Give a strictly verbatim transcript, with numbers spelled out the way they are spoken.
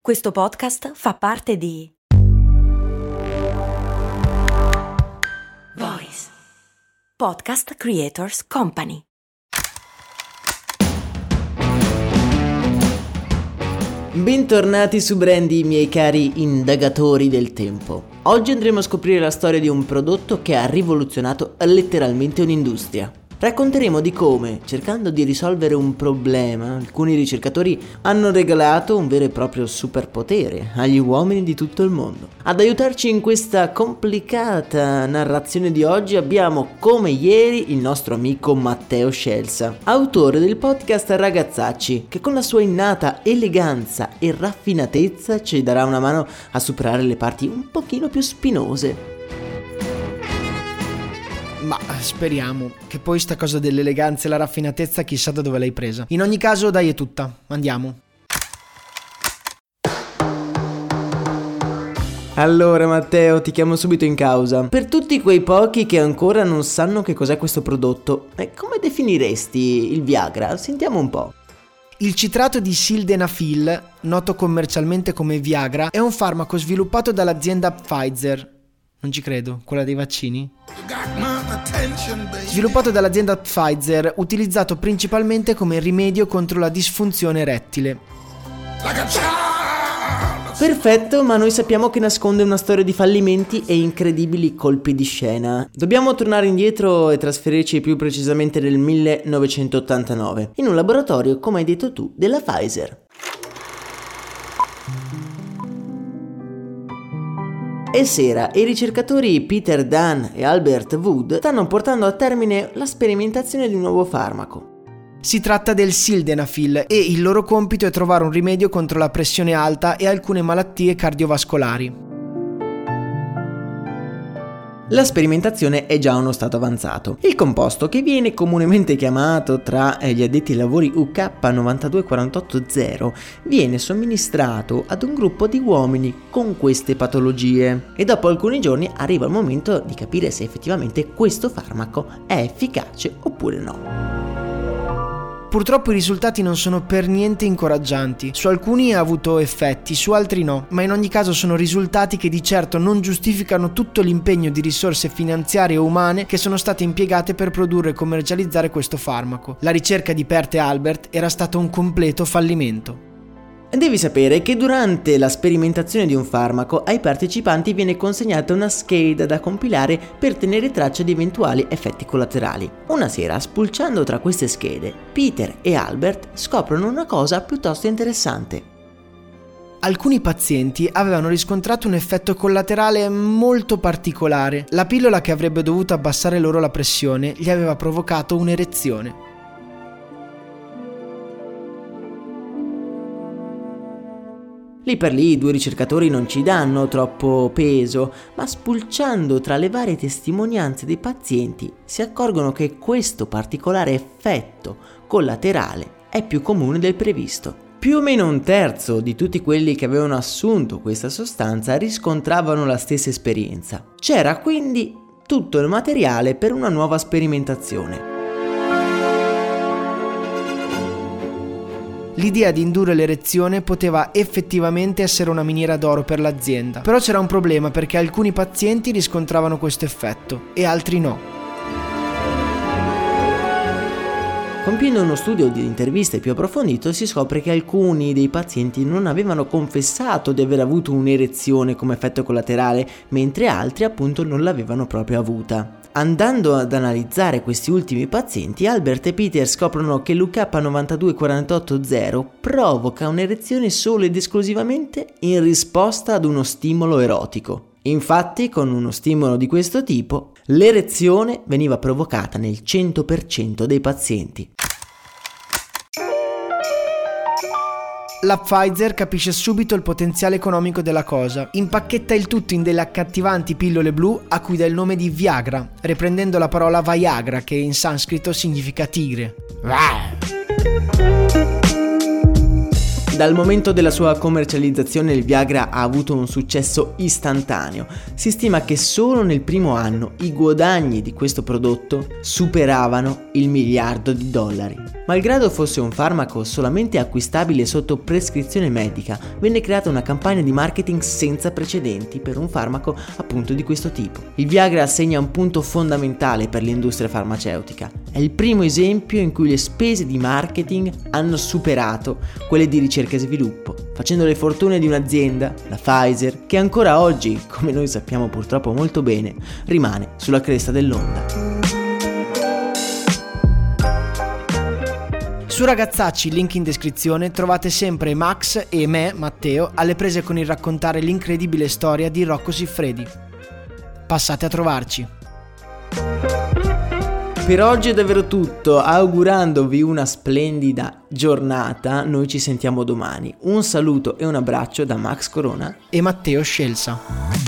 Questo podcast fa parte di Voice Podcast Creators Company. Bentornati su Brandy, miei cari indagatori del tempo. Oggi andremo a scoprire la storia di un prodotto che ha rivoluzionato letteralmente un'industria. Racconteremo di come, cercando di risolvere un problema, alcuni ricercatori hanno regalato un vero e proprio superpotere agli uomini di tutto il mondo. Ad aiutarci in questa complicata narrazione di oggi abbiamo, come ieri, il nostro amico Matteo Scelsa, autore del podcast Ragazzacci, che con la sua innata eleganza e raffinatezza ci darà una mano a superare le parti un pochino più spinose. Ma speriamo, che poi sta cosa dell'eleganza e la raffinatezza chissà da dove l'hai presa. In ogni caso dai è tutta, andiamo. Allora Matteo, ti chiamo subito in causa. Per tutti quei pochi che ancora non sanno che cos'è questo prodotto, eh, come definiresti il Viagra? Sentiamo un po'. Il citrato di sildenafil, noto commercialmente come Viagra, è un farmaco sviluppato dall'azienda Pfizer. Non ci credo, quella dei vaccini? Sviluppato dall'azienda Pfizer, utilizzato principalmente come rimedio contro la disfunzione erettile. Perfetto, ma noi sappiamo che nasconde una storia di fallimenti e incredibili colpi di scena. Dobbiamo tornare indietro e trasferirci più precisamente nel millenovecentottantanove, in un laboratorio, come hai detto tu, della Pfizer. È sera e i ricercatori Peter Dunn e Albert Wood stanno portando a termine la sperimentazione di un nuovo farmaco. Si tratta del sildenafil e il loro compito è trovare un rimedio contro la pressione alta e alcune malattie cardiovascolari. La sperimentazione è già a uno stato avanzato. Il composto, che viene comunemente chiamato tra gli addetti ai lavori U K nove due quattro otto zero, viene somministrato ad un gruppo di uomini con queste patologie e dopo alcuni giorni arriva il momento di capire se effettivamente questo farmaco è efficace oppure no. Purtroppo i risultati non sono per niente incoraggianti. Su alcuni ha avuto effetti, su altri no, ma in ogni caso sono risultati che di certo non giustificano tutto l'impegno di risorse finanziarie e umane che sono state impiegate per produrre e commercializzare questo farmaco. La ricerca di Pert e Albert era stata un completo fallimento. Devi sapere che durante la sperimentazione di un farmaco ai partecipanti viene consegnata una scheda da compilare per tenere traccia di eventuali effetti collaterali. Una sera, spulciando tra queste schede, Peter e Albert scoprono una cosa piuttosto interessante. Alcuni pazienti avevano riscontrato un effetto collaterale molto particolare. La pillola che avrebbe dovuto abbassare loro la pressione gli aveva provocato un'erezione. Lì per lì i due ricercatori non ci danno troppo peso, ma spulciando tra le varie testimonianze dei pazienti si accorgono che questo particolare effetto collaterale è più comune del previsto. Più o meno un terzo di tutti quelli che avevano assunto questa sostanza riscontravano la stessa esperienza. C'era quindi tutto il materiale per una nuova sperimentazione. L'idea di indurre l'erezione poteva effettivamente essere una miniera d'oro per l'azienda, però c'era un problema perché alcuni pazienti riscontravano questo effetto e altri no. Compiendo uno studio di interviste più approfondito si scopre che alcuni dei pazienti non avevano confessato di aver avuto un'erezione come effetto collaterale, mentre altri appunto non l'avevano proprio avuta. Andando ad analizzare questi ultimi pazienti, Albert e Peter scoprono che l'U K nove due quattro otto zero provoca un'erezione solo ed esclusivamente in risposta ad uno stimolo erotico. Infatti, con uno stimolo di questo tipo, l'erezione veniva provocata nel cento per cento dei pazienti. La Pfizer capisce subito il potenziale economico della cosa. Impacchetta il tutto in delle accattivanti pillole blu a cui dà il nome di Viagra, riprendendo la parola Viagra, che in sanscrito significa tigre. Dal momento della sua commercializzazione il Viagra ha avuto un successo istantaneo. Si stima che solo nel primo anno i guadagni di questo prodotto superavano il miliardo di dollari. Malgrado fosse un farmaco solamente acquistabile sotto prescrizione medica, venne creata una campagna di marketing senza precedenti per un farmaco appunto di questo tipo. Il Viagra segna un punto fondamentale per l'industria farmaceutica. È il primo esempio in cui le spese di marketing hanno superato quelle di ricerca e sviluppo, facendo le fortune di un'azienda, la Pfizer, che ancora oggi, come noi sappiamo purtroppo molto bene, rimane sulla cresta dell'onda. Su Ragazzacci, link in descrizione, trovate sempre Max e me, Matteo, alle prese con il raccontare l'incredibile storia di Rocco Siffredi. Passate a trovarci. Per oggi è davvero tutto, augurandovi una splendida giornata. Noi ci sentiamo domani. Un saluto e un abbraccio da Max Corona e Matteo Scelsa.